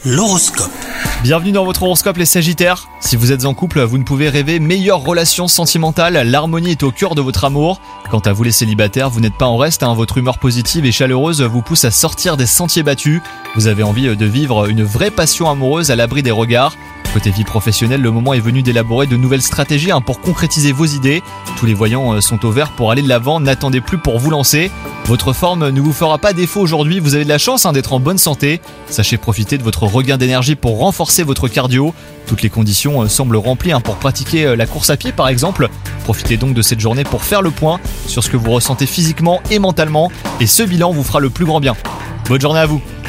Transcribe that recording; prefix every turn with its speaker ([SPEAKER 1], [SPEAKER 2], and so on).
[SPEAKER 1] L'horoscope.
[SPEAKER 2] Bienvenue dans votre horoscope les Sagittaires. Si vous êtes en couple, vous ne pouvez rêver meilleure relation sentimentale, l'harmonie est au cœur de votre amour. Quant à vous les célibataires, vous n'êtes pas en reste, votre humeur positive et chaleureuse vous pousse à sortir des sentiers battus. Vous avez envie de vivre une vraie passion amoureuse à l'abri des regards. Côté vie professionnelle, le moment est venu d'élaborer de nouvelles stratégies pour concrétiser vos idées. Tous les voyants sont au vert pour aller de l'avant, n'attendez plus pour vous lancer. Votre forme ne vous fera pas défaut aujourd'hui, vous avez de la chance d'être en bonne santé. Sachez profiter de votre regain d'énergie pour renforcer votre cardio. Toutes les conditions semblent remplies pour pratiquer la course à pied par exemple. Profitez donc de cette journée pour faire le point sur ce que vous ressentez physiquement et mentalement. Et ce bilan vous fera le plus grand bien. Bonne journée à vous.